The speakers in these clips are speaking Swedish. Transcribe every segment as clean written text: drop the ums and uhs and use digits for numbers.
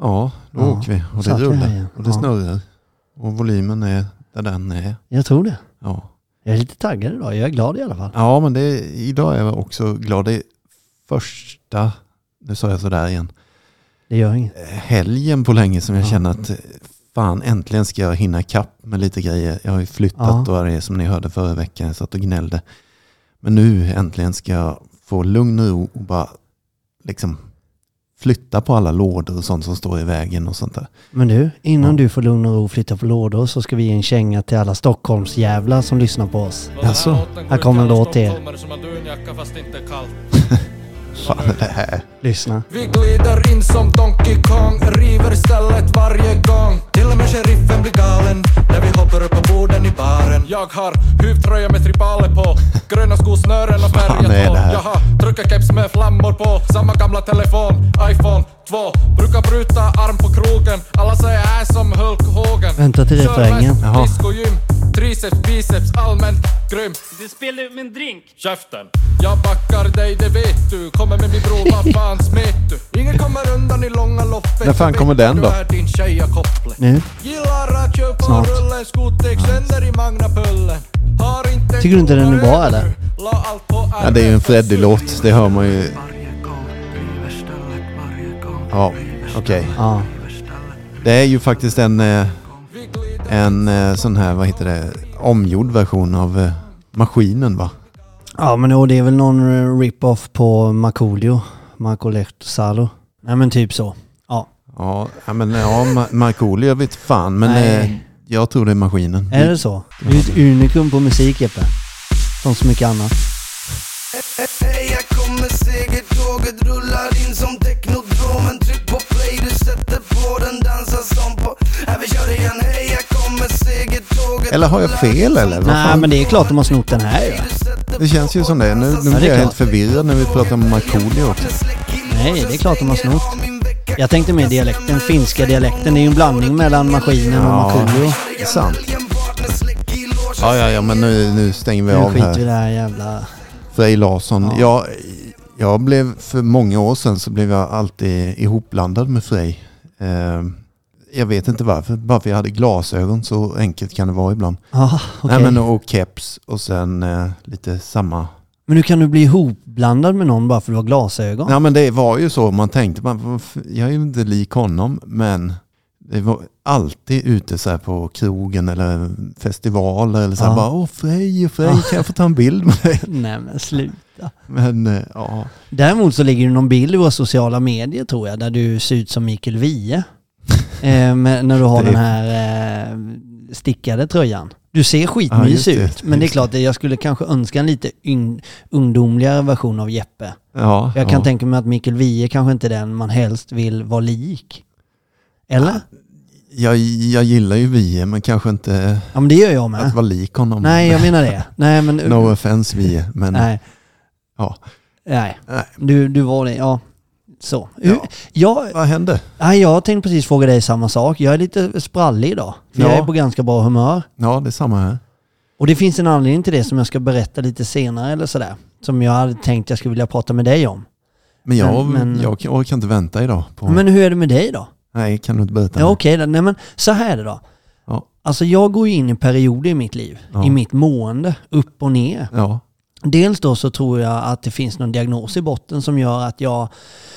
Ja, då åker vi. Och det rullar. Och det snurrar. Och volymen är där den är. Jag tror det. Ja. Jag är lite taggad idag. Jag är glad i alla fall. Ja, men idag är jag också glad. Det är första, nu sa jag sådär igen. Det gör inget. Helgen på länge som jag känner att fan, äntligen ska jag hinna kapp med lite grejer. Jag har ju flyttat och det är som ni hörde förra veckan. Jag satt och gnällde. Men nu äntligen ska jag få lugn och ro och bara liksom flytta på alla lådor och sånt som står i vägen och sånt där. Men du, innan du får lugn och ro och flytta på lådor så ska vi ge en känga till alla Stockholmsjävlar som lyssnar på oss. Alltså. Här kommer en låt till er. Fan är det här? Lyssna. Vi glider in som Donkey Kong, river stället varje gång. Till och med sheriffen blir galen när vi hoppar upp på borden i baren. Jag har huvtröja med tribaler på, gröna skosnören och färgat på. Jag har truckerkeps med flammor på, samma gamla telefon, iPhone 2. Brukar bryta arm på krogen, alla säger är som Hulk Hogan. Vänta till refrängen. Disco, gym, triceps, biceps, allmänt grym. Du spelar med en drink. Käften. Jag backar dig, det vet du. Kommer med min bror, vad fan smet du? Ingen kommer undan i långa loppet. När fan kommer den då? Din tjeja kopplet. Nu. Gillar att köra på Snart. rullen, skotex sänder i Magnapullen. Har inte Tycker du inte den är bra eller? Ja, det är ju en Freddy-låt. Det hör man ju. Ja, okej. Ja. Det är ju faktiskt en sån här, vad heter det, omgjord version av Maskinen, va? Ja, men det är väl någon rip-off på Markoolio. Marco Lehtosalo. Nej, men typ så. Ja. Ja, men Markoolio, jag vet fan, men jag tror det är Maskinen. Är det så? Det är ett unikum på musik, Jeppe. Som så mycket annat. Hej, jag kommer segertåget, rullar in som teknodromen. Tryck på play, du sätter på den, dansar som på. Här vi kör igen, hej, jag kommer segertåget. Eller har jag fel, eller? Nej, men det är klart de har snott den här, ja. Det känns ju som det. Nu blir jag helt förvirrad när vi pratar om Markoolio också. Nej, det är klart de har snott. Jag tänkte med dialekten, finska dialekten. Det är ju en blandning mellan Maskinen och Markoolio. Det är sant. Ja, men nu stänger vi av här. Nu skiter vi där jävla... Frej Larsson. Ja. Jag blev, för många år sedan så blev jag alltid ihopblandad med Frej. Jag vet inte varför. Bara för jag hade glasögon, så enkelt kan det vara ibland. Okay. Nej, men och keps och sen lite samma. Men nu kan du bli ihopblandad med någon bara för att du har glasögon? Ja, men det var ju så. Man tänkte, jag är ju inte lik honom, men det var alltid ute så här på krogen eller festivaler eller så här, bara, Frej, kan jag få ta en bild med dig? Nej, men sluta. Men, Däremot så ligger det någon bild i våra sociala medier, tror jag, där du ser ut som Mikael Wiehe. När du har den här stickade tröjan. Du ser skitmysig ut, men det är klart att jag skulle kanske önska en lite ungdomligare version av Jeppe. Ja, jag kan tänka mig att Mikael Wiehe kanske inte är den man helst vill vara lik. Eller? Jag gillar ju Wiehe, men kanske inte men det gör jag med. Att vara lik honom. Nej, jag menar det. Nej, men no offense Wiehe, men nej. Ja. Nej. Du var det, ja. Så. Vad hände? Jag tänkte precis fråga dig samma sak. Jag är lite sprallig idag. För jag är på ganska bra humör. Ja, det är samma här. Och det finns en anledning till det som jag ska berätta lite senare eller sådär. Som jag hade tänkt jag skulle vilja prata med dig om. Men jag kan inte vänta idag. Men hur är det med dig då? Nej, kan du inte berätta? Ja, okej. Nej, men så här är det då. Ja. Alltså jag går ju in i perioder i mitt liv. I mitt mående. Upp och ner. Ja. Dels då så tror jag att det finns någon diagnos i botten som gör att jag...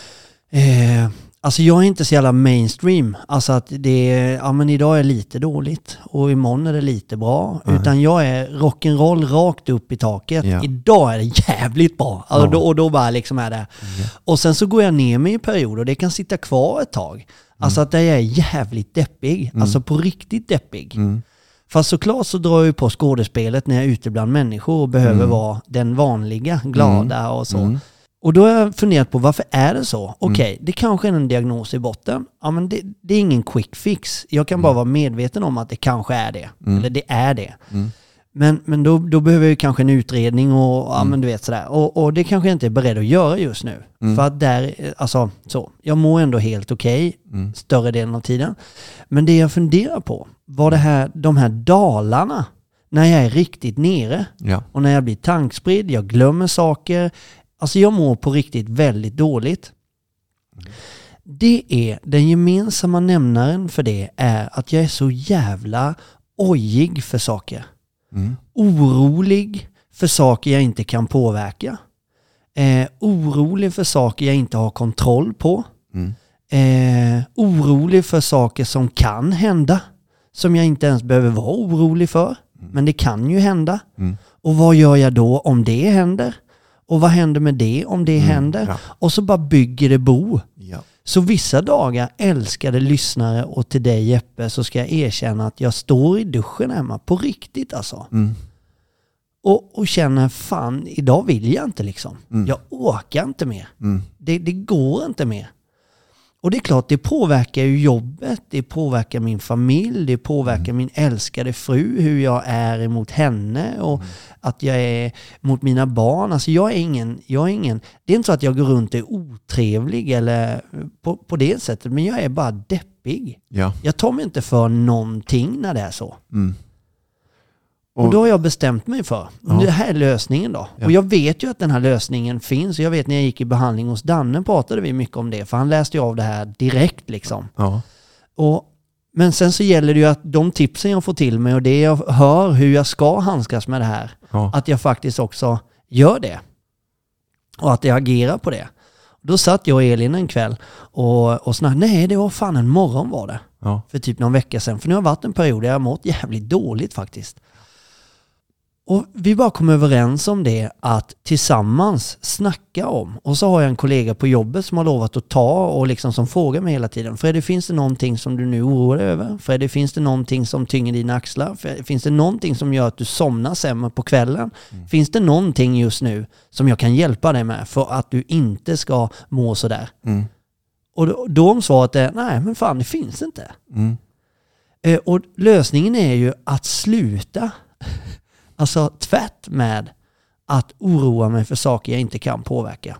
alltså jag är inte så jävla mainstream. Alltså att det är, men idag är lite dåligt och imorgon är det lite bra. Utan jag är rock'n'roll rakt upp i taket. Ja. Idag är det jävligt bra. Alltså då bara liksom är det. Ja. Och sen så går jag ner mig i perioder och det kan sitta kvar ett tag. Alltså att jag är jävligt deppig. Alltså på riktigt deppig. Fast såklart så drar jag ju på skådespelet när jag är ute bland människor och behöver vara den vanliga, glada och så. Och då har jag funderat på varför är det så? Okej, det kanske är en diagnos i botten. Ja, men det är ingen quick fix. Jag kan bara vara medveten om att det kanske är det. Eller det är det. Men då behöver jag kanske en utredning och men du vet sådär. Och det kanske jag inte är beredd att göra just nu. För att jag mår ändå helt okej större delen av tiden. Men det jag funderar på var de här dalarna när jag är riktigt nere. Ja. Och när jag blir tankspridd, jag glömmer saker. Alltså jag mår på riktigt väldigt dåligt. det är den gemensamma nämnaren för det är att jag är så jävla ojig för saker. Orolig för saker jag inte kan påverka. Orolig för saker jag inte har kontroll på. Orolig för saker som kan hända. Som jag inte ens behöver vara orolig för. Men det kan ju hända. Och vad gör jag då om det händer? Och vad händer med det om det händer? Ja. Och så bara bygger det bo. Ja. Så vissa dagar, älskade lyssnare, och till dig Jeppe, så ska jag erkänna att jag står i duschen hemma på riktigt alltså. Och känner, fan, idag vill jag inte liksom. Jag orkar inte mer. Det går inte mer. Och det är klart, det påverkar ju jobbet, det påverkar min familj, det påverkar min älskade fru, hur jag är emot henne och att jag är mot mina barn. Alltså jag är ingen, det är inte så att jag går runt och är otrevlig eller på det sättet, men jag är bara deppig. Ja. Jag tar mig inte för någonting när det är så. Och då har jag bestämt mig för, det här är lösningen då. Ja. Och jag vet ju att den här lösningen finns. Jag vet när jag gick i behandling hos Danne pratade vi mycket om det. För han läste ju av det här direkt liksom. Ja. Men sen så gäller det ju att de tipsen jag får till mig och det jag hör hur jag ska handskas med det här. Ja. Att jag faktiskt också gör det. Och att jag agerar på det. Då satt jag och Elin en kväll och snackade. Nej, det var fan en morgon var det. Ja. För typ någon vecka sedan. För nu har varit en period där jag har mått jävligt dåligt faktiskt. Och vi bara kom överens om det, att tillsammans snacka om. Och så har jag en kollega på jobbet som har lovat att ta och liksom som frågar mig hela tiden. Fredrik, finns det någonting som du nu oroar dig över? Fredrik, finns det någonting som tynger dina axlar? Finns det någonting som gör att du somnar sämre på kvällen? Finns det någonting just nu som jag kan hjälpa dig med för att du inte ska må sådär? Och då om svaret är, nej men fan, det finns inte. Och lösningen är ju att sluta. Alltså tvärt med att oroa mig för saker jag inte kan påverka.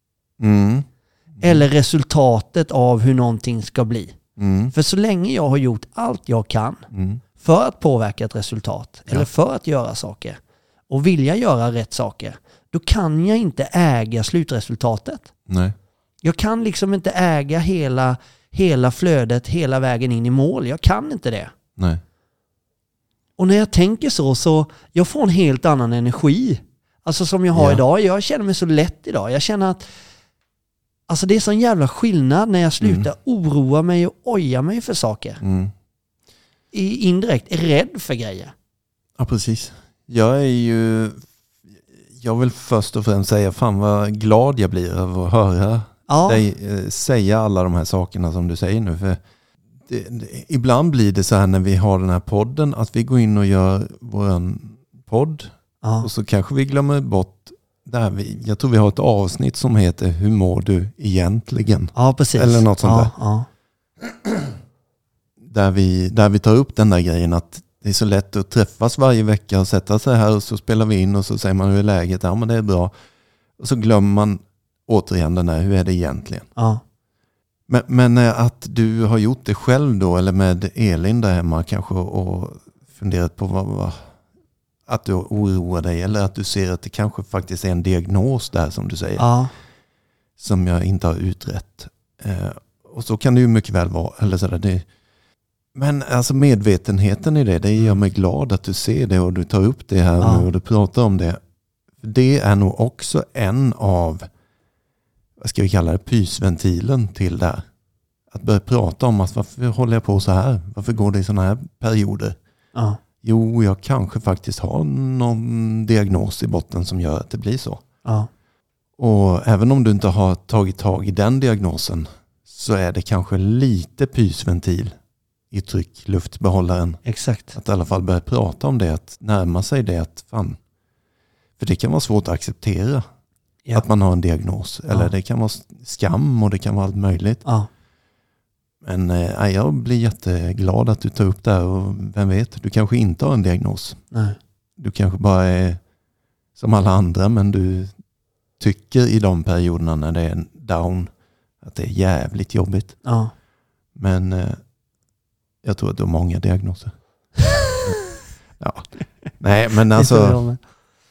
Eller resultatet av hur någonting ska bli. För så länge jag har gjort allt jag kan för att påverka ett resultat eller för att göra saker och vilja göra rätt saker, då kan jag inte äga slutresultatet. Nej. Jag kan liksom inte äga hela flödet hela vägen in i mål. Jag kan inte det. Nej. Och när jag tänker så jag får en helt annan energi. Alltså som jag har idag. Jag känner mig så lätt idag. Jag känner att alltså det är sån jävla skillnad när jag slutar oroa mig och oja mig för saker. Indirekt är rädd för grejer. Ja, precis. Jag vill först och främst säga fan vad glad jag blir av att höra dig säga alla de här sakerna som du säger nu. För ibland blir det så här när vi har den här podden att vi går in och gör vår podd och så kanske vi glömmer bort jag tror vi har ett avsnitt som heter Hur mår du egentligen? Ja, precis. Eller något sånt där. Ja. Där vi tar upp den där grejen att det är så lätt att träffas varje vecka och sätta sig här och så spelar vi in och så säger man hur är läget? Ja, men det är bra. Och så glömmer man återigen den här, hur är det egentligen? Ja. Men att du har gjort det själv då, eller med Elin där hemma kanske och funderat på att du oroar dig, eller att du ser att det kanske faktiskt är en diagnos där som du säger, som jag inte har utrett. Och så kan det ju mycket väl vara. Eller sådär, men alltså medvetenheten i det gör mig glad att du ser det och du tar upp det här nu och du pratar om det. Det är nog också en av, vad ska vi kalla det, pysventilen till det här. Att börja prata om att varför håller jag på så här? Varför går det i sådana här perioder? Ja. Jo, jag kanske faktiskt har någon diagnos i botten som gör att det blir så. Ja. Och även om du inte har tagit tag i den diagnosen så är det kanske lite pysventil i tryckluftbehållaren. Exakt. Att i alla fall börja prata om det, att närma sig det, att fan. För det kan vara svårt att acceptera att man har en diagnos. Eller det kan vara skam och det kan vara allt möjligt. Ja. Men jag blir jätteglad att du tar upp det här och vem vet, du kanske inte har en diagnos. Nej. Du kanske bara är som alla andra, men du tycker i de perioderna när det är en down att det är jävligt jobbigt. Ja. Men jag tror att du har många diagnoser. Ja. Nej, men alltså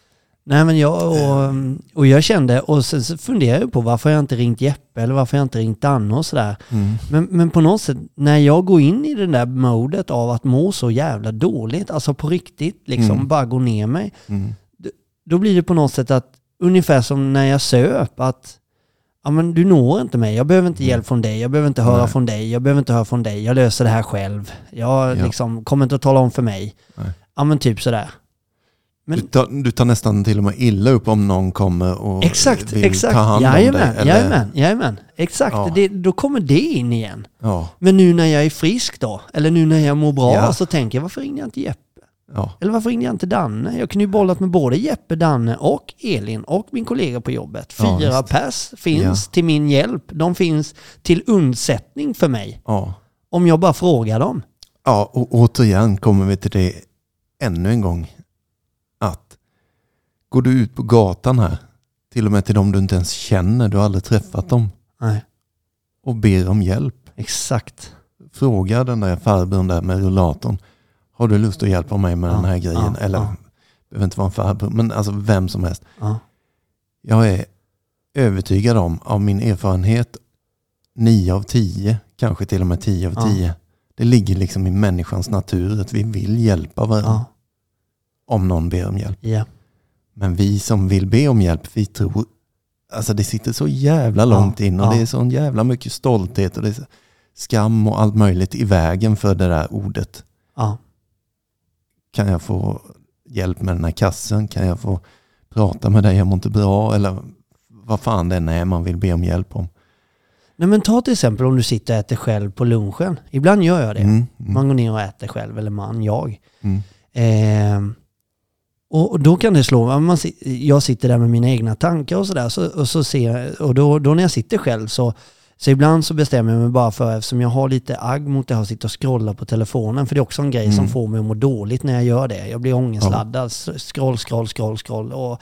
Nej, men och jag kände, och sen så funderade jag på varför jag inte ringt Jeppe eller varför jag inte ringt Danne och sådär. Men på något sätt, när jag går in i det där modet av att må så jävla dåligt, alltså på riktigt, liksom bara gå ner mig, då blir det på något sätt att, ungefär som när jag söp, att ja, men du når inte mig, jag behöver inte hjälp från dig, jag behöver inte höra från dig, jag behöver inte höra från dig, jag löser det här själv. Jag liksom kommer inte att tala om för mig. Nej. Ja, men typ sådär. Men, du tar nästan till och med illa upp om någon kommer och vill ta hand om dig. Jajamän. Exakt, Ja. då kommer det in igen. Ja. Men nu när jag är frisk då, eller nu när jag mår bra, så tänker jag, varför ringer jag inte Jeppe? Ja. Eller varför ringer jag inte Danne? Jag kunde ju bollat med både Jeppe, Danne och Elin och min kollega på jobbet. 4 pers finns till min hjälp. De finns till undsättning för mig. Ja. Om jag bara frågar dem. Ja, och återigen kommer vi till det ännu en gång. Att går du ut på gatan här, till och med till dem du inte ens känner, du har aldrig träffat dem. Nej. Och ber om hjälp. Exakt. Fråga den där farbrorn där med rullatorn. Har du lust att hjälpa mig med den här grejen? Eller, det behöver inte vara en farbror, men alltså vem som helst. Ja. Jag är övertygad om, av min erfarenhet, 9 av 10, kanske till och med 10 av 10. Det ligger liksom i människans natur att vi vill hjälpa varandra. Ja. Om någon ber om hjälp. Yeah. Men vi som vill be om hjälp, vi tror, alltså det sitter så jävla långt in och det är så jävla mycket stolthet och det är skam och allt möjligt i vägen för det där ordet. Ja. Kan jag få hjälp med den här kassen? Kan jag få prata med dig? Jag mår inte bra. Eller vad fan det är man vill be om hjälp om. Nej, men ta till exempel om du sitter och äter själv på lunchen. Ibland gör jag det. Man går ner och äter själv. Eller jag. Och då kan det slå. Jag sitter där med mina egna tankar och sådär. Och då när jag sitter själv så ibland så bestämmer jag mig bara för, eftersom jag har lite agg mot det här, att sitta och scrolla på telefonen. För det är också en grej som får mig att må dåligt när jag gör det. Jag blir ångestladdad. Scroll. Och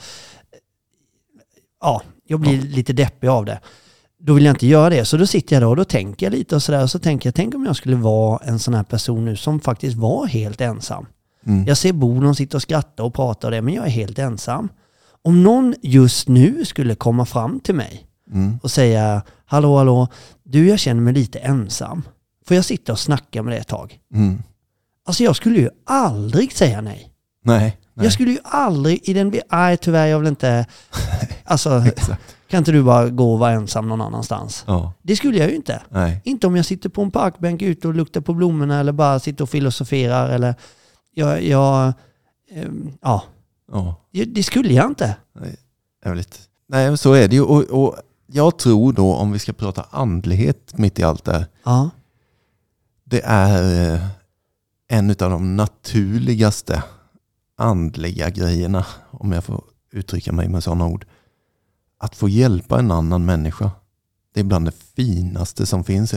jag blir lite deppig av det. Då vill jag inte göra det. Så då sitter jag då och då tänker jag lite och sådär. Och så tänker jag, tänk om jag skulle vara en sån här person nu som faktiskt var helt ensam. Jag ser Bo sitta och skratta och prata och det, men jag är helt ensam. Om någon just nu skulle komma fram till mig och säga, hallå, jag känner mig lite ensam. Får jag sitta och snacka med det ett tag? Alltså jag skulle ju aldrig säga nej. Nej. Jag skulle ju aldrig tyvärr, jag vill inte. Alltså, kan inte du bara gå och vara ensam någon annanstans? Ja. Det skulle jag ju inte. Nej. Inte om jag sitter på en parkbänk ute och luktar på blommorna eller bara sitter och filosoferar eller det skulle jag inte. Nej, så är det ju. Och jag tror då, om vi ska prata andlighet mitt i allt det här. Ja. Det är en av de naturligaste andliga grejerna, om jag får uttrycka mig med sådana ord. Att få hjälpa en annan människa. Det är bland det finaste som finns.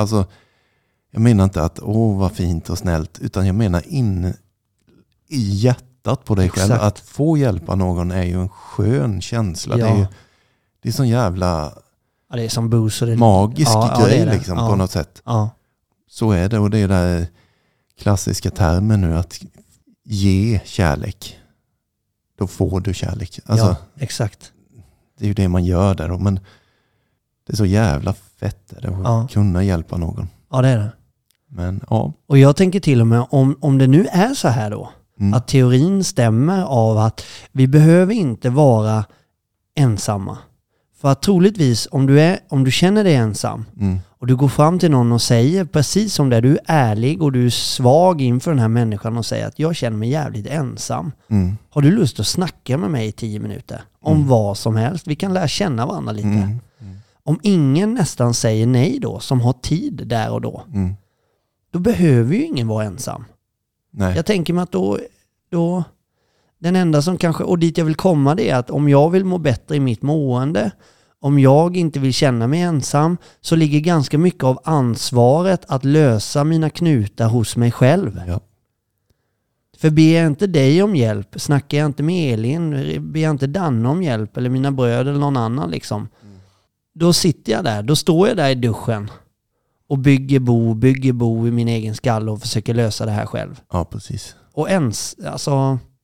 Jag menar inte att vad fint och snällt, utan jag menar in i hjärtat på dig själv. Att få hjälpa någon är ju en skön känsla. Ja. Det är sån jävla det är som boost, magisk grej det. Liksom, på något sätt. Ja. Så är det, och det är den klassiska termen nu, att ge kärlek. Då får du kärlek. Alltså, exakt. Det är ju det man gör där. Men det är så jävla fett att kunna hjälpa någon. Ja, det är det. Men, ja. Och jag tänker till och med, om det nu är så här då, att teorin stämmer av att vi behöver inte vara ensamma. För att troligtvis, om du känner dig ensam och du går fram till någon och säger precis som det, du är ärlig och du är svag inför den här människan och säger att jag känner mig jävligt ensam. Har du lust att snacka med mig i 10 minuter? Om vad som helst. Vi kan lära känna varandra lite. Om ingen nästan säger nej då, som har tid där och då behöver ju ingen vara ensam. Nej. Jag tänker mig att då den enda som kanske, och dit jag vill komma, det är att om jag vill må bättre i mitt mående, om jag inte vill känna mig ensam, så ligger ganska mycket av ansvaret att lösa mina knutar hos mig själv. Ja. För ber jag inte dig om hjälp, snackar jag inte med Elin, ber jag inte Danne om hjälp eller mina bröder eller någon annan liksom. Då sitter jag där, då står jag där i duschen och bygger bo i min egen skalle och försöker lösa det här själv. Ja, precis. Och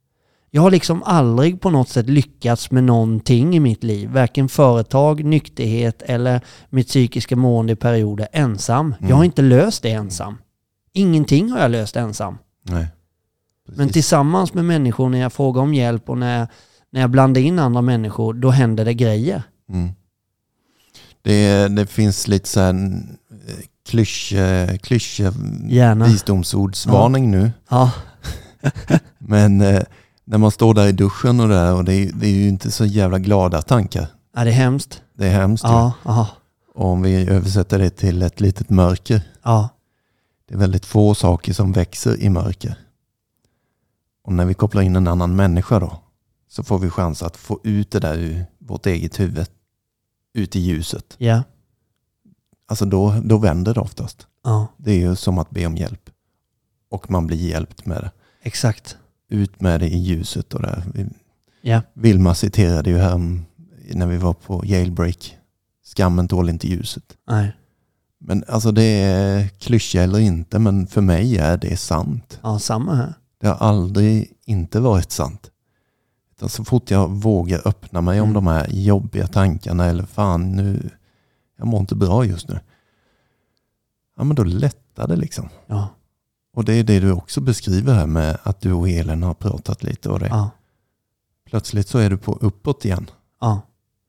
Jag har liksom aldrig på något sätt lyckats med någonting i mitt liv. Varken företag, nykterhet eller mitt psykiska mående i perioder ensam. Jag har inte löst det ensam. Ingenting har jag löst ensam. Nej. Men tillsammans med människor när jag frågar om hjälp och när jag blandar in andra människor, då händer det grejer. Mm. Det finns lite så här klyscha visdomsordsvarning nu. Ja. Men när man står där i duschen och där, och det är ju inte så jävla glada tankar. Ja, det är hemskt. Det är hemskt. Ja, ja. Och om vi översätter det till ett litet mörker. Ja. Det är väldigt få saker som växer i mörker. Och när vi kopplar in en annan människa då, så får vi chans att få ut det där ur vårt eget huvud, ut i ljuset. Ja. Alltså då vänder det oftast. Ja. Det är ju som att be om hjälp. Och man blir hjälpt med det. Exakt. Ut med det i ljuset. Och där. Ja. Vilma citerade ju här när vi var på Jailbreak. Skammen tål inte ljuset. Nej. Men alltså det är klyscha eller inte, men för mig är det sant. Ja, samma här. Det har aldrig inte varit sant. Utan så fort jag vågar öppna mig om de här jobbiga tankarna, eller fan nu, jag mår inte bra just nu. Ja, men då lättar det liksom. Ja. Och det är det du också beskriver här med att du och Elin har pratat lite och det. Ja. Plötsligt så är du på uppåt igen. Ja.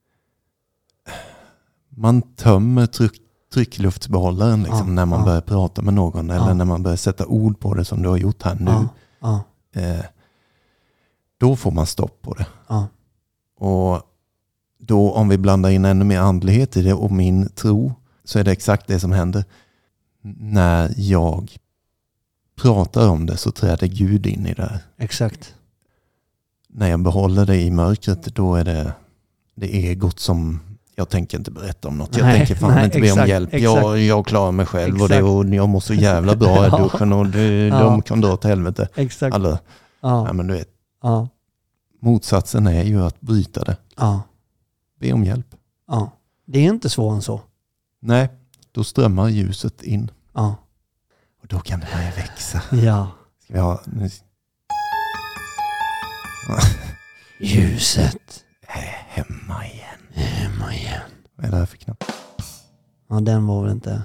Man tömmer tryckluftsbehållaren liksom, när man börjar prata med någon, eller när man börjar sätta ord på det som du har gjort här nu. Ja. Då får man stopp på det. Ja. Och då om vi blandar in ännu mer andlighet i det och min tro, så är det exakt det som händer. När jag pratar om det så träder Gud in i det här. Exakt. När jag behåller det i mörkret, då är det egot som jag tänker inte berätta om något. Jag tänker fan inte be om hjälp. Jag klarar mig själv och jag mår så jävla bra i duschen och de kan dra till helvete. Exakt. Alla. Ja, men du vet. Ja. Motsatsen är ju att bryta det. Ja. Be om hjälp. Ja. Det är inte svårare än så. Nej, då strömmar ljuset in. Ja. Och då kan det börja växa. Ja. Ska vi ha... Nu... Ljuset. Hemma igen. Hemma igen. Vad är det här för knapp? Ja, den var väl inte...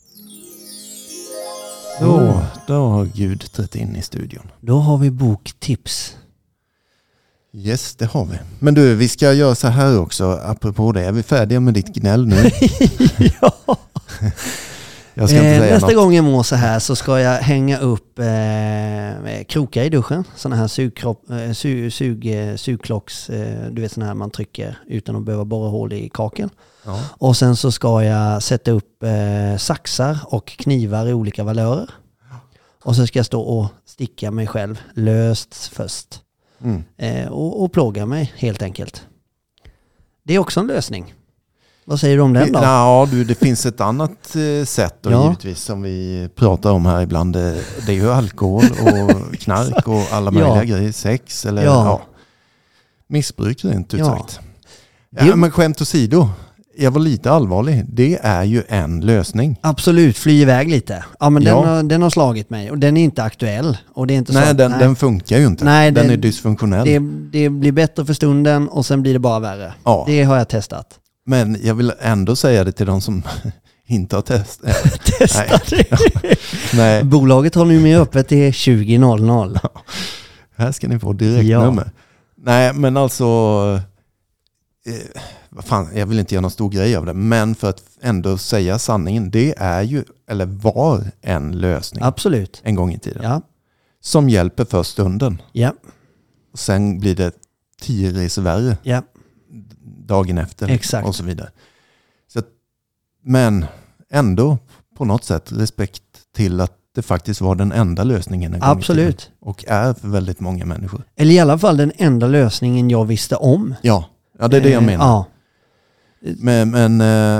Då har Gud trätt in i studion. Då har vi boktips. Yes, det har vi. Men du, vi ska göra så här också. Apropå det, är vi färdiga med ditt gnäll nu? Ja. Jag ska inte säga nästa något. gång jag mår så här så ska jag hänga upp krokar i duschen. Sådana här sugklocks, du vet sådana här man trycker utan att behöva borra hål i kakeln. Ja. Och sen så ska jag sätta upp saxar och knivar i olika valörer. Och så ska jag stå och sticka mig själv löst först. Och plåga mig helt enkelt. Det är också en lösning. Vad säger du om den då? Ja, det finns ett annat sätt då, givetvis som vi pratar om här ibland. Det är ju alkohol och knark och alla möjliga grejer. Sex eller missbruk rent utsagt. Ja, men skämt åsido. Jag var lite allvarlig. Det är ju en lösning. Absolut, fly iväg lite. Ja, men den har slagit mig och den är inte aktuell. Och det är inte så den funkar ju inte. Nej, den är dysfunktionell. Det blir bättre för stunden och sen blir det bara värre. Ja. Det har jag testat. Men jag vill ändå säga det till de som inte har testat. Nej. Bolaget håller ju med öppet till 20.00. Ja. Här ska ni få direktnummer. Nej, men alltså... jag vill inte göra någon stor grej av det, men för att ändå säga sanningen, det är ju, eller var en lösning. Absolut. En gång i tiden. Ja. Som hjälper för stunden. Ja. Och sen blir det 10 resor värre. Ja. Dagen efter. Exakt. Och så vidare. Så, men ändå på något sätt respekt till att det faktiskt var den enda lösningen. Absolut. Och är för väldigt många människor. Eller i alla fall den enda lösningen jag visste om. Ja, det är det jag menar. Ja. Men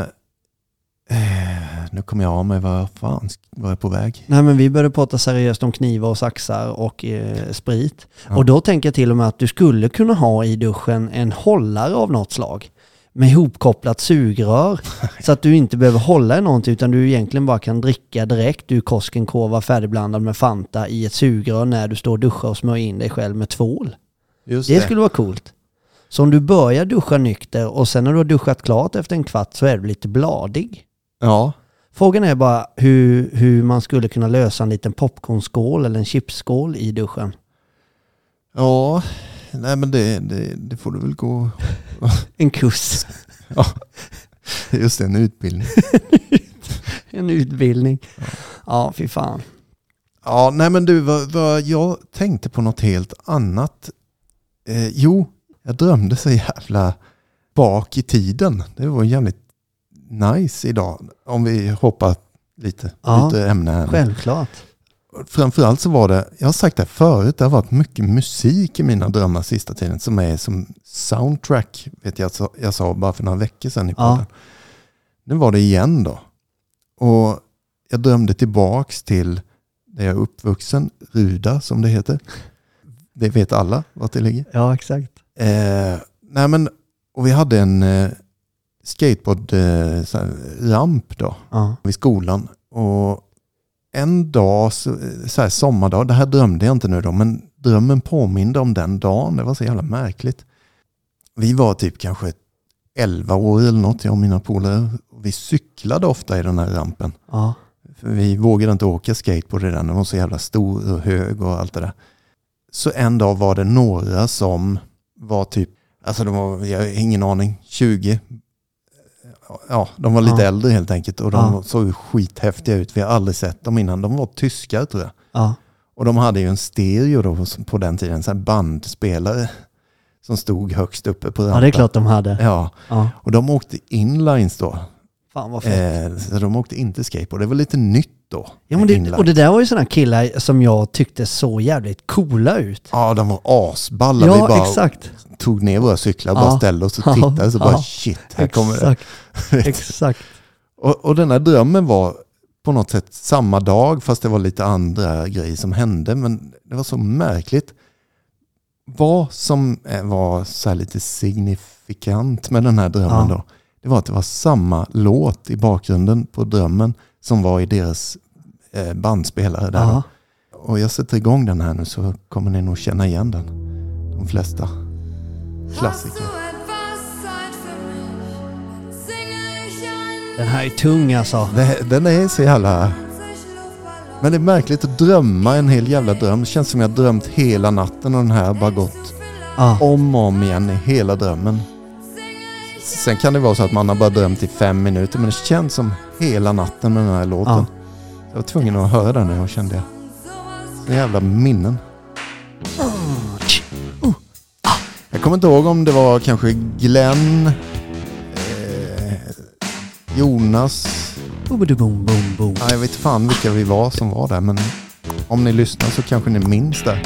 nu kommer jag av mig, vad är jag på väg? Nej, men vi började prata seriöst om knivar och saxar och sprit. Ja. Och då tänker jag till och med att du skulle kunna ha i duschen en hållare av något slag. Med ihopkopplat sugrör. Så att du inte behöver hålla i någonting utan du egentligen bara kan dricka direkt ur Koskenkorva färdigblandad med Fanta i ett sugrör när du står och duschar och smörjer in dig själv med tvål. Det skulle vara coolt. Så om du börjar duscha nykter och sen när du har duschat klart efter en kvart så är du lite bladig. Ja. Frågan är bara hur man skulle kunna lösa en liten popcornskål eller en chipsskål i duschen. Ja, nej men det får du väl gå... En kurs. Ja, just det, en utbildning. En utbildning. Ja, fy fan. Ja, nej men du, jag tänkte på något helt annat. Jag drömde så jävla bak i tiden. Det var jävligt nice idag. Om vi hoppar lite ämne här. Självklart. Framförallt så var det, jag har sagt det förut, det har varit mycket musik i mina drömmar sista tiden som är som soundtrack, vet jag sa bara för några veckor sedan i podden. Nu var det igen då. Och jag drömde tillbaks till där jag är uppvuxen, Ruda som det heter. Det vet alla vart det ligger. Ja, exakt. Och vi hade en skateboardramp då vid skolan. Och en dag, så här sommardag, det här drömde jag inte nu då, men drömmen påminde om den dagen. Det var så jävla märkligt. Vi var typ kanske 11 år eller något, jag och mina polare. Vi cyklade ofta i den här rampen. Ja. För vi vågade inte åka skateboard i den. Den var så jävla stor och hög och allt det där. Så en dag var det några som var typ, alltså de var, jag har ingen aning, 20. Ja, de var lite äldre helt enkelt. Och de såg skithäftiga ut. Vi har aldrig sett dem innan. De var tyskar tror jag. Ja. Och de hade ju en stereo då på den tiden. En sån här bandspelare som stod högst uppe på rampen. Ja, det är klart de hade. Ja. Och de åkte inlines då. Fan vad fett. Så de åkte inte skateboard. Det var lite nytt då. Ja, men och det där var ju sådana killar som jag tyckte så jävligt coola ut. Ja, de var asballa. Ja, vi bara exakt. Tog ner våra cyklar och bara ställde oss och tittade. Så bara shit, här kommer det. Exakt. Och den här drömmen var på något sätt samma dag, fast det var lite andra grejer som hände. Men det var så märkligt. Vad som var så här lite signifikant med den här drömmen då, det var att det var samma låt i bakgrunden på drömmen som var i deras bandspelare där då. Och jag sätter igång den här nu så kommer ni nog känna igen den. De flesta klassiker. Den här är tung alltså. Den är så jävla... Men det är märkligt att drömma en hel jävla dröm. Det känns som jag har drömt hela natten och den här har bara gått om och om igen i hela drömmen. Sen kan det vara så att man har bara drömt i 5 minuter, men det känns som hela natten med den här låten. Jag var tvungen att höra den och kände jag. Så jävla minnen. Jag kommer inte ihåg om det var kanske Glenn, Jonas. Jag vet fan vilka vi var som var där, men om ni lyssnar så kanske ni minns det.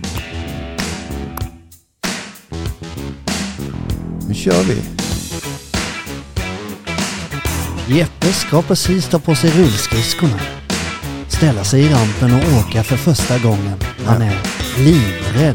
Nu kör vi. Jeppe ska precis ta på sig rullskridskorna, ställa sig i rampen och åka för första gången. Han är livrädd.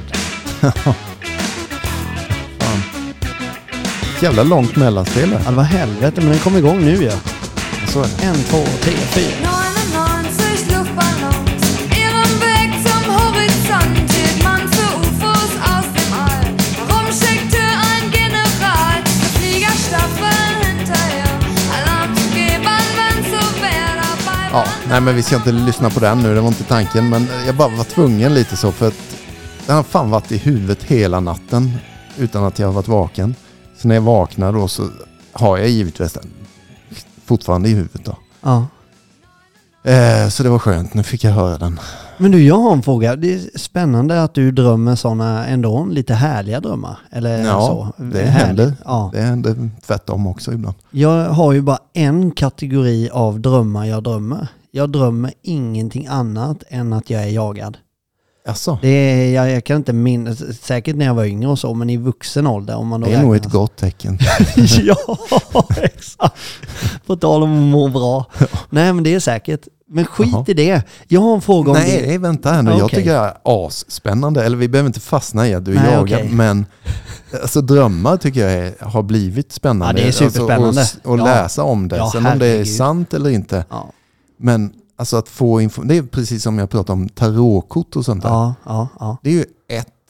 Fan. Jävla långt mellanspel där. Ja, det var helvete, men den kom igång nu ju. Så är det. 1, 2, 3, 4. 99 Luftballons, ihrem Weg zum Horizont hielt man für UFOs aus dem All. Warum schickte ein General Fliegerstaffeln hinterher? Alarm zu geben, wenn so wer dabei war. Ja, nej men vi ska inte lyssna på den nu, det var inte tanken. Men jag bara var tvungen lite så, för att den har fan varit i huvudet hela natten utan att jag har varit vaken. Så när jag vaknar då så har jag givetvis den fortfarande i huvudet då. Ja. Så det var skönt, nu fick jag höra den. Men du, jag har en fråga. Det är spännande att du drömmer sådana ändå lite härliga drömmar. Eller så. Det händer. Ja. Det händer tvärtom också ibland. Jag har ju bara en kategori av drömmar jag drömmer. Jag drömmer ingenting annat än att jag är jagad. Alltså. Det är, jag kan inte minnas, säkert när jag var yngre och så, men i vuxen ålder. Om man då det är nog ett gott tecken. Ja, exakt. På tal om att må bra. Nej, men det är säkert. Men skit i det. Jag har en fråga om det. Nej, vänta här nu. Jag tycker det är asspännande. Eller vi behöver inte fastna i att du är jagad. Men alltså, drömmar tycker jag har blivit spännande. Ja, det är superspännande. Alltså, och läsa om det. Sen om det är sant eller inte. Ja. Men alltså att få det är precis som jag pratade om tarotkort och sånt där. Ja. Det är ju ett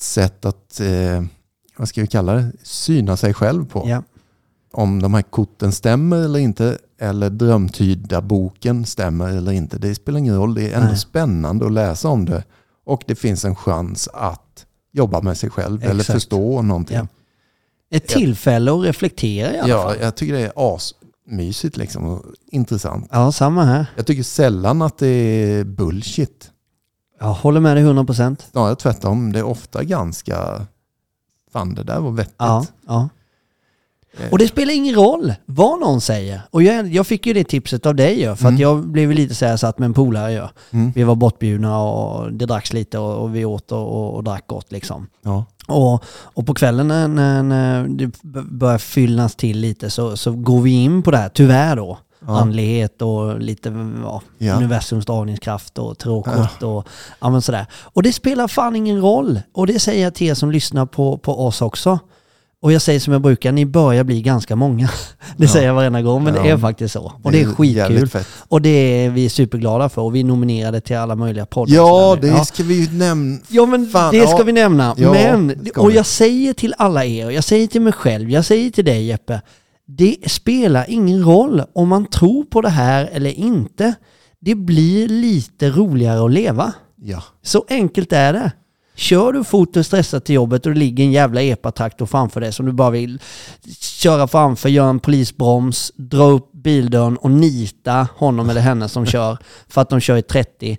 sätt att, vad ska vi kalla det, syna sig själv på. Ja. Om de här korten stämmer eller inte, eller drömtyda boken stämmer eller inte. Det spelar ingen roll, det är ändå spännande att läsa om det. Och det finns en chans att jobba med sig själv eller förstå någonting. Ja. Ett tillfälle att reflektera i alla fall. Ja, jag tycker det är asmysigt liksom, och intressant. Ja, samma här. Jag tycker sällan att det är bullshit. Jag håller med dig 100%. Snarare tvärtom, det är ofta ganska, fan det där var vettigt. Ja. Och det spelar ingen roll vad någon säger. Och jag fick ju det tipset av dig för att jag blev lite så här satt med en polare. Vi var bortbjudna och det dracks lite och vi åt och drack gott liksom. Ja. Och på kvällen när det börjar fyllas till lite så går vi in på det här, tyvärr då. Andlighet och lite universums dragningskraft och tråkigt och men sådär. Och det spelar fan ingen roll. Och det säger jag till er som lyssnar på oss också. Och jag säger som jag brukar, ni börjar bli ganska många. Det säger jag varenda gång, men det är faktiskt så. Och det är skitkul. Och det är vi superglada för. Och vi är nominerade till alla möjliga poddar. Ja, det ska vi ju nämna. Ja, men det ska vi nämna. Men, och jag säger till alla er, jag säger till mig själv, jag säger till dig Jeppe, det spelar ingen roll om man tror på det här eller inte. Det blir lite roligare att leva. Ja. Så enkelt är det. Kör du fort och stressat till jobbet och det ligger en jävla epatraktor framför dig som du bara vill köra framför, göra en polisbroms, dra upp bildörren och nita honom eller henne som kör för att de kör i 30.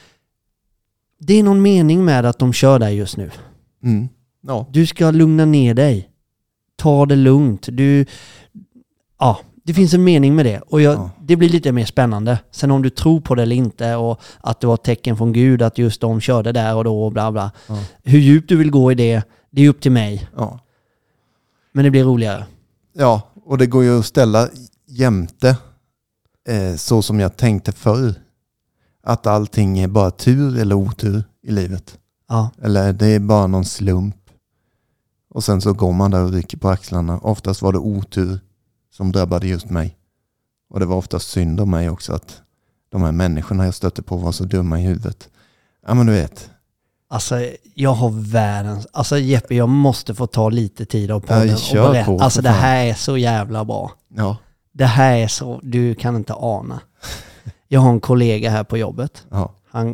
Det är någon mening med att de kör där just nu. Ja. Du ska lugna ner dig. Ta det lugnt. Det finns en mening med det. Och det blir lite mer spännande. Sen om du tror på det eller inte och att det var ett tecken från Gud att just de körde där och då och bla bla. Hur djupt du vill gå i det är upp till mig. Ja. Men det blir roligare. Ja, och det går ju att ställa jämte så som jag tänkte förr. Att allting är bara tur eller otur i livet. Ja. Eller det är bara någon slump. Och sen så går man där och rycker på axlarna. Oftast var det otur som drabbade just mig. Och det var oftast synd om mig också att de här människorna jag stötte på var så dumma i huvudet. Ja, men du vet. Alltså, jag har världens... Alltså Jeppe, jag måste få ta lite tid av podden och berätta. Alltså det här är så jävla bra. Ja. Det här är så... Du kan inte ana. Jag har en kollega här på jobbet. Ja.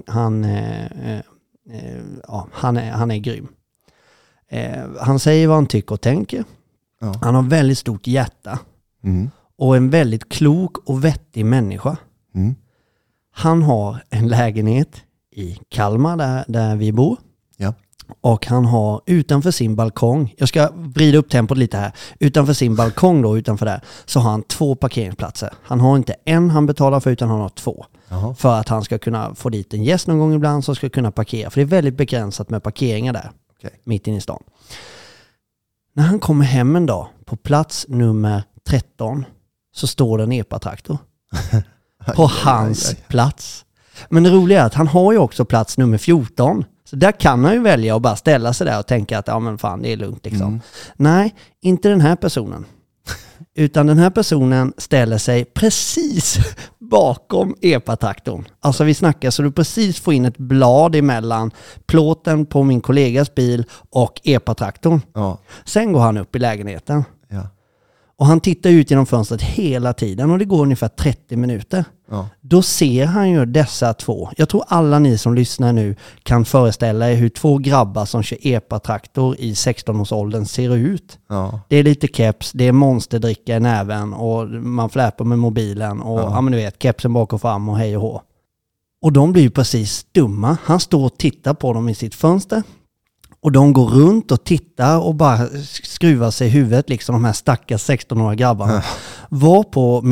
Han är grym. Han säger vad han tycker och tänker. Ja. Han har väldigt stort hjärta. Och en väldigt klok och vettig människa. Han har en lägenhet i Kalmar där vi bor. Ja. Och han har utanför sin balkong, jag ska vrida upp tempot lite här, utanför sin balkong då, utanför där, så har han 2 parkeringsplatser. Han har inte en han betalar för, utan han har 2. Aha. För att han ska kunna få dit en gäst någon gång ibland som ska kunna parkera. För det är väldigt begränsat med parkeringar där. Mitt inne i stan. När han kommer hem en dag på plats nummer 13 så står det en epatraktor på hans plats. Men det roliga är att han har ju också plats nummer 14. Så där kan han ju välja att bara ställa sig där och tänka att ja men fan det är lugnt liksom. Nej, inte den här personen. Utan den här personen ställer sig precis bakom epatraktorn. Alltså vi snackar så du precis får in ett blad emellan plåten på min kollegas bil och epatraktorn. Ja. Sen går han upp i lägenheten. Ja. Och han tittar ut genom fönstret hela tiden och det går ungefär 30 minuter. Ja. Då ser han ju dessa 2. Jag tror alla ni som lyssnar nu kan föreställa er hur 2 grabbar som kör epatraktor i 16-årsåldern ser ut. Ja. Det är lite keps, det är monsterdricka i näven och man fläpar med mobilen och ja men du vet, kepsen bak och fram och hej och hå. Och de blir ju precis dumma. Han står och tittar på dem i sitt fönster. Och de går runt och tittar och bara skruvar sig i huvudet, liksom de här stackars 16-åriga grabbarna. Var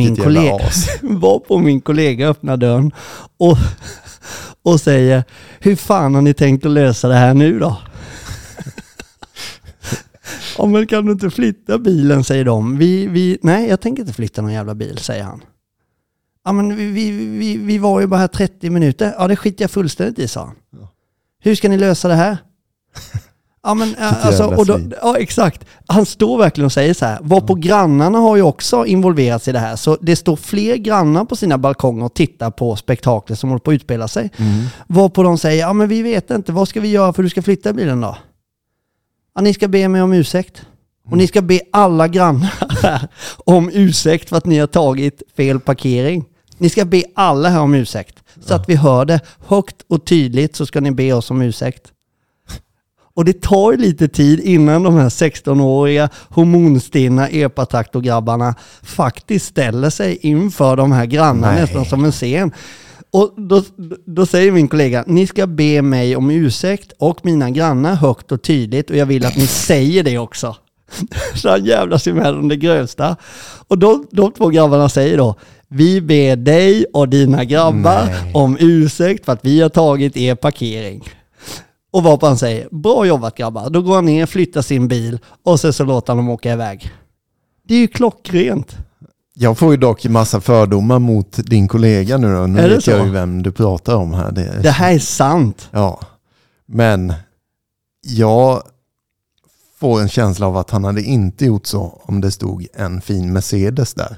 på min kollega öppnar dörren och säger, hur fan har ni tänkt att lösa det här nu då? Ja, men kan du inte flytta bilen, säger de. Nej, jag tänker inte flytta någon jävla bil, säger han. Ja, men vi var ju bara här 30 minuter. Ja, det skiter jag fullständigt i, sa han. Ja. Hur ska ni lösa det här? Ja, men alltså, och då, ja, exakt. Han står verkligen och säger så här. Varpå grannarna har ju också involverats i det här. Så det står fler grannar på sina balkonger och tittar på spektakler som håller på att utspela sig. Varpå de säger, ja men vi vet inte, vad ska vi göra för du ska flytta bilen då? Ja, ni ska be mig om ursäkt. Och ni ska be alla grannar här om ursäkt för att ni har tagit fel parkering. Ni ska be alla här om ursäkt. Så att vi hör det högt och tydligt, så ska ni be oss om ursäkt. Och det tar ju lite tid innan de här 16-åriga hormonstinna epatraktorgrabbarna faktiskt ställer sig inför de här grannarna nästan som en scen. Och då säger min kollega, ni ska be mig om ursäkt och mina grannar högt och tydligt, och jag vill att ni säger det också. Så han jävlar sig med om det grövsta. Och de två grabbarna säger då, vi ber dig och dina grabbar om ursäkt för att vi har tagit er parkering. Och vad han säger, bra jobbat grabbar. Då går han ner, flyttar sin bil och så låter han dem åka iväg. Det är ju klockrent. Jag får ju dock massa fördomar mot din kollega nu då. Nu vet jag ju vem du pratar om här. Det här är sant. Ja, men jag får en känsla av att han hade inte gjort så om det stod en fin Mercedes där.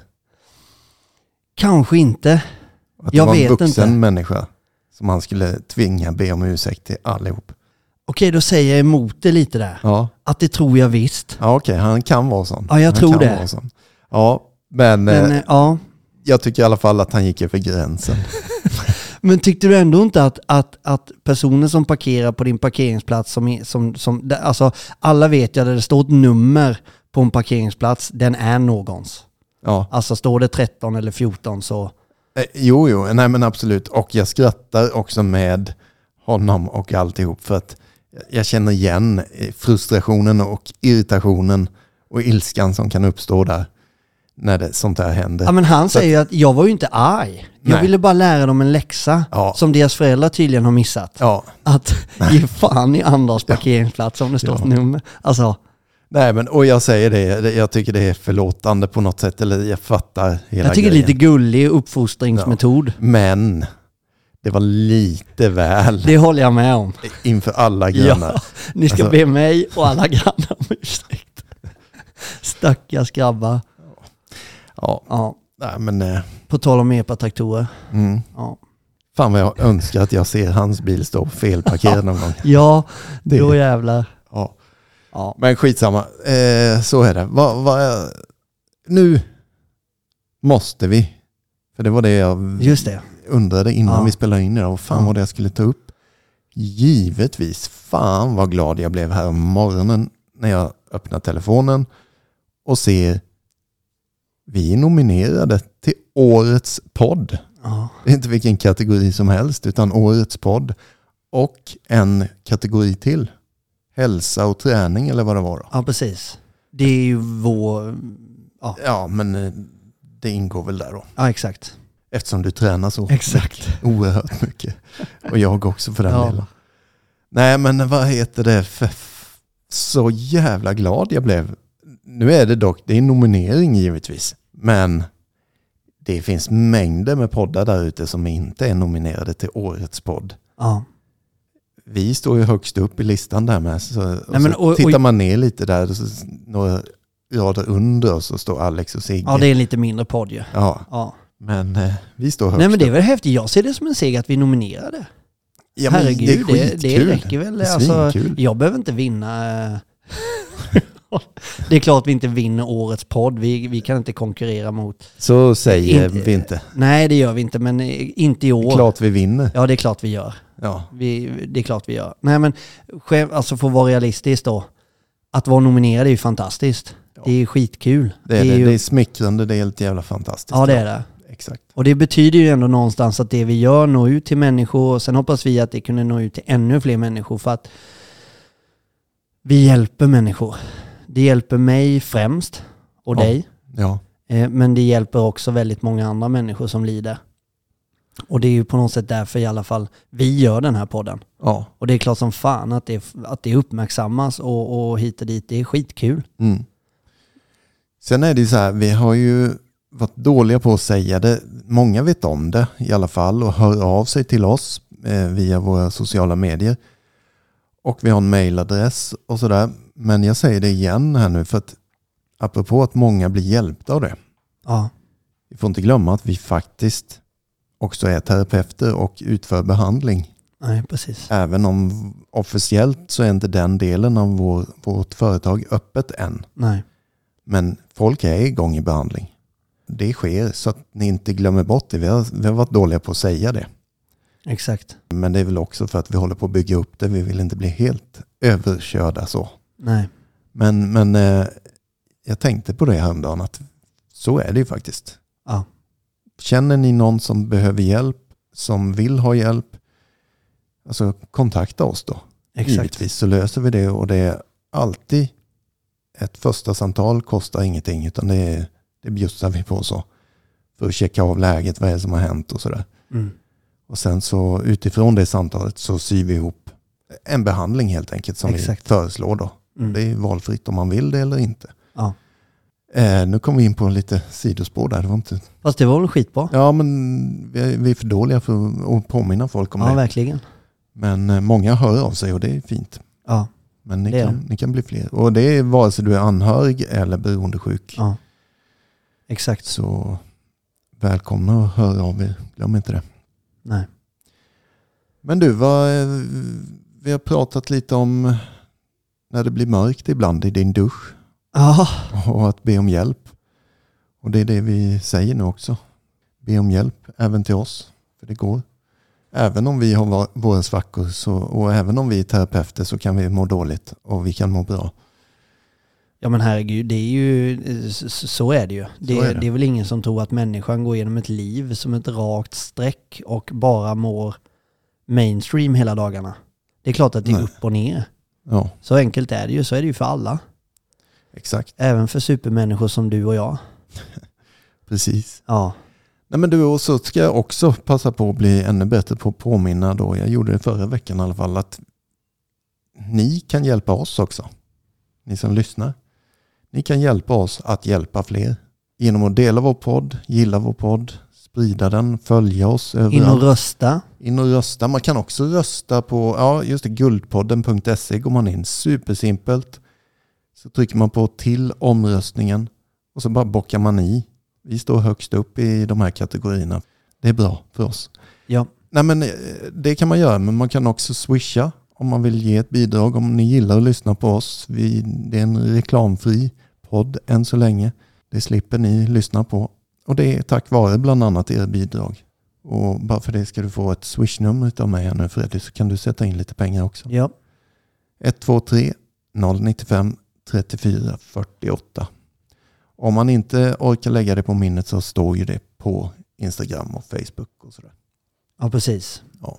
Kanske inte. Att det var en vuxen människa som han skulle tvinga be om ursäkt till allihop. Okej, då säger jag emot det lite där. Ja. Att det tror jag visst. Ja, okej, han kan vara sån. Ja, jag tror det. Ja, men ja. Jag tycker i alla fall att han gick över gränsen. Men tyckte du ändå inte att personer som parkerar på din parkeringsplats alltså alla vet ju att det står ett nummer på en parkeringsplats, den är någons. Ja. Alltså står det 13 eller 14 så... Jo, nej men absolut. Och jag skrattar också med honom och alltihop för att jag känner igen frustrationen och irritationen och ilskan som kan uppstå där när det sånt där händer. Ja, men han säger ju att jag var ju inte arg. Jag ville bara lära dem en läxa som deras föräldrar tydligen har missat. Ja. Att ge fan i andras parkeringsplats om det står ett nummer. Alltså... Nej, men och jag säger det, jag tycker det är förlåtande på något sätt, eller jag fattar hela grejen. Jag tycker det är lite gullig uppfostringsmetod. Ja, men det var lite väl. Det håller jag med om. Inför alla grannar. Ja, ni ska be mig och alla grannar om ursäkt. Stackars grabbar. Ja. Nej, men, på tal om epatraktorer. Ja. Fan vad jag önskar att jag ser hans bil stå felparkerad någon gång. Ja, då jävlar. Ja. Men skitsamma. Så är det. Nu måste vi. För det var det jag undrade innan vi spelade in idag. Vad fan var det jag skulle ta upp? Givetvis. Fan vad glad jag blev här om morgonen när jag öppnar telefonen och ser vi är nominerade till årets podd. Det är inte vilken kategori som helst utan årets podd. Och en kategori till. Hälsa och träning eller vad det var då. Ja, precis. Det är ju vår... Ja, men det ingår väl där då. Ja, exakt. Eftersom du tränar så oerhört mycket. Och jag också för den delen. Nej, men vad heter det? Så jävla glad jag blev. Nu är det dock, det är en nominering givetvis. Men det finns mängder med poddar där ute som inte är nominerade till årets podd. Ja. Vi står ju högst upp i listan där med. Så tittar man ner lite där, så några rader under så står Alex och Sigge. Ja, det är en lite mindre podd ju. Ja. Men vi står högst. Nej, men det är väl häftigt. Jag ser det som en seger att vi nominerade. Ja, men herregud, det räcker väl. Alltså, jag behöver inte vinna. Det är klart vi inte vinner årets podd. Vi kan inte konkurrera mot... Så säger vi inte. Nej, det gör vi inte, men inte i år. Det är klart vi vinner. Ja, det är klart vi gör. Ja. Det är klart vi gör. Nej, men alltså för att vara realistisk då. Att vara nominerad är ju fantastiskt. Ja. Det är skitkul. Det är smickrande, det är helt jävla fantastiskt. Ja, det är det. Exakt. Och det betyder ju ändå någonstans att det vi gör når ut till människor. Och sen hoppas vi att det kunde nå ut till ännu fler människor. För att vi hjälper människor. Det hjälper mig främst och dig. Ja. Men det hjälper också väldigt många andra människor som lider. Och det är ju på något sätt därför i alla fall vi gör den här podden. Ja. Och det är klart som fan att det uppmärksammas och hit och dit. Det är skitkul. Mm. Sen är det så här, vi har ju varit dåliga på att säga det. Många vet om det i alla fall och hör av sig till oss via våra sociala medier. Och vi har en mailadress och sådär. Men jag säger det igen här nu för att apropå att många blir hjälpta av det. Ja. Vi får inte glömma att vi faktiskt också är terapeuter och utför behandling. Nej, precis. Även om officiellt så är inte den delen av vårt företag öppet än. Nej. Men folk är igång i behandling. Det sker så att ni inte glömmer bort det. Vi har varit dåliga på att säga det. Exakt. Men det är väl också för att vi håller på att bygga upp det. Vi vill inte bli helt överkörda så. Nej. Men jag tänkte på det häromdagen att så är det ju faktiskt. Ja. Känner ni någon som behöver hjälp, som vill ha hjälp, alltså kontakta oss då. Exakt. Givetvis så löser vi det, och det är alltid ett första samtal, kostar ingenting, utan det bjussar vi på så. För att checka av läget, vad är det som har hänt och sådär. Mm. Och sen så utifrån det samtalet så syr vi ihop en behandling helt enkelt som Exakt. vi föreslår då. Mm. Det är valfritt om man vill det eller inte. Ja. Nu kommer vi in på lite sidospår där. Det var inte... Fast det var väl skitbra? Ja, men vi är för dåliga för att påminna folk om Ja, det. verkligen. Men många hör av sig och det är fint. Ja. Men Det ni kan bli fler. Och det är vare sig du är anhörig eller beroendesjuk. Ja. Exakt. Så välkomna att höra av er. Glöm inte det. Nej. Men du, vi har pratat lite om när det blir mörkt ibland i din dusch. Ja. Och att be om hjälp. Och det är det vi säger nu också. Be om hjälp även till oss. För det går. Även om vi har våra svackor och även om vi är terapeuter så kan vi må dåligt och vi kan må bra. Ja, men herregud, det är ju, så är det ju. Det är väl ingen som tror att människan går igenom ett liv som ett rakt streck och bara mår mainstream hela dagarna. Det är klart att det är upp och ner. Ja. Så enkelt är det ju. Så är det ju för alla. Exakt. Även för supermänniskor som du och jag. Precis. Ja. Nej, men du, och så ska jag också passa på att bli ännu bättre på att påminna då. Jag gjorde det förra veckan i alla fall, att ni kan hjälpa oss också. Ni som lyssnar. Ni kan hjälpa oss att hjälpa fler. Genom att dela vår podd, gilla vår podd, sprida den, följa oss överallt. In och rösta. Man kan också rösta på, ja just det, guldpodden.se går man in. Supersimpelt. Så trycker man på till omröstningen och så bara bockar man i. Vi står högst upp i de här kategorierna. Det är bra för oss. Ja. Nej, men det kan man göra, men man kan också swisha om man vill ge ett bidrag. Om ni gillar att lyssna på oss. Det är en reklamfri podd än så länge. Det slipper ni lyssna på. Och det är tack vare bland annat era bidrag. Och bara för det ska du få ett swishnummer av mig här nu, Freddy, så kan du sätta in lite pengar också. Ja. 123 095 34 48. Om man inte orkar lägga det på minnet så står ju det på Instagram och Facebook och sådär. Ja, precis. Ja.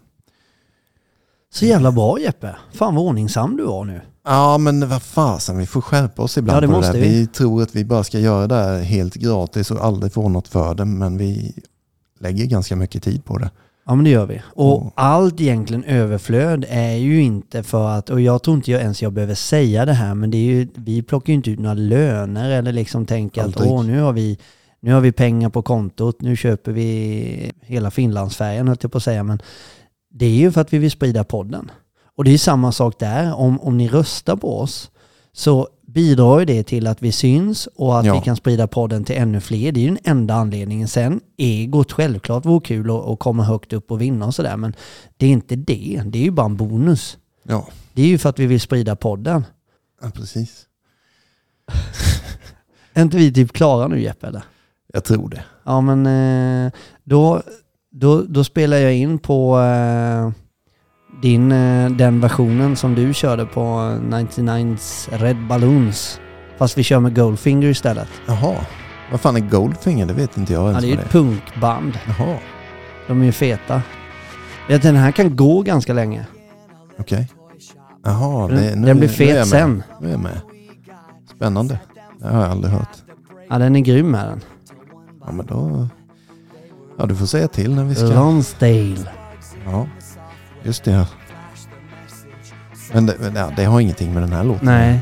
Så jävla bra, Jeppe. Fan vad ordningsam du var nu. Ja, men vad fasen, vi får skärpa oss ibland. Ja, det på måste det där. vi. Vi tror att vi bara ska göra det här helt gratis och aldrig få något för det, men vi lägger ganska mycket tid på det. Ja, men det gör vi. Och allt egentligen överflöd är ju inte för att, och jag tror inte ens jag behöver säga det här, men det är ju, vi plockar ju inte ut några löner eller liksom tänker att nu har vi pengar på kontot, nu köper vi hela Finlandsfärjan, höll jag på att säga, men det är ju för att vi vill sprida podden. Och det är samma sak där, om ni röstar på oss så bidrar ju det till att vi syns och att vi kan sprida podden till ännu fler. Det är ju den enda anledningen. Sen egot självklart vore kul att komma högt upp och vinna och sådär, men det är inte det. Det är ju bara en bonus. Ja. Det är ju för att vi vill sprida podden. Ja, precis. Är inte vi typ klara nu, Jeppe, eller? Jag tror det. Ja, men då spelar jag in på den versionen som du körde på 99's Red Balloons. Fast vi kör med Goldfinger istället. Jaha. Vad fan är Goldfinger? Det vet inte jag ens. Ja, det är ju ett punkband. Jaha. De är ju feta. Den här kan gå ganska länge. Okej. Jaha. Den blir fet sen. Nu är jag med. Spännande. Det har jag aldrig hört. Ja, den är grym här den. Ja, men då... Ja, du får säga till när vi ska... Lonsdale. Ja, just det. Men det har ingenting med den här låten. Nej.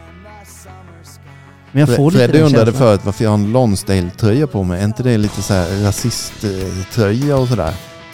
Men jag får Freddy undrade förut varför jag har en Lonsdale-tröja på mig. Är inte det lite så här rasist-tröja och sådär?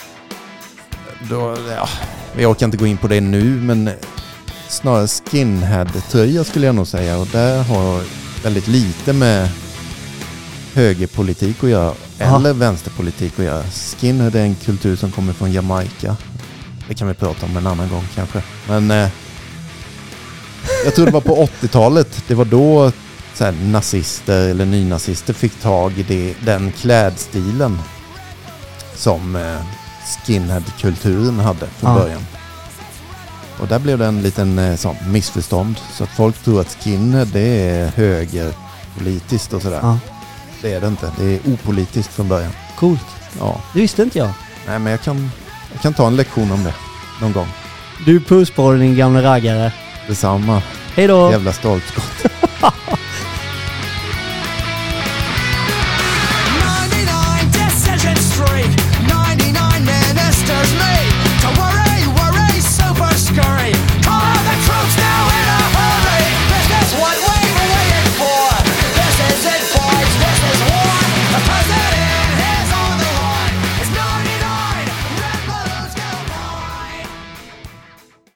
Vi orkar inte gå in på det nu, men snarare skinhead-tröja skulle jag nog säga. Och där har väldigt lite med högerpolitik att göra. Eller vänsterpolitik att göra. Skinhead är en kultur som kommer från Jamaica. det kan vi prata om en annan gång kanske. Men jag tror det var på 80-talet. Det var då så här, nazister eller nynazister fick tag i den klädstilen som skinhead-kulturen hade från början. Och där blev det en liten sån missförstånd. Så att folk tror att skinhead det är högerpolitiskt och sådär. Ja. Det är det inte. Det är opolitiskt från början. Coolt. Ja. Det visste inte jag. Nej, men jag kan ta en lektion om det någon gång. Du puss på din gamla raggare. Detsamma. Hej då. Jävla stoltskott.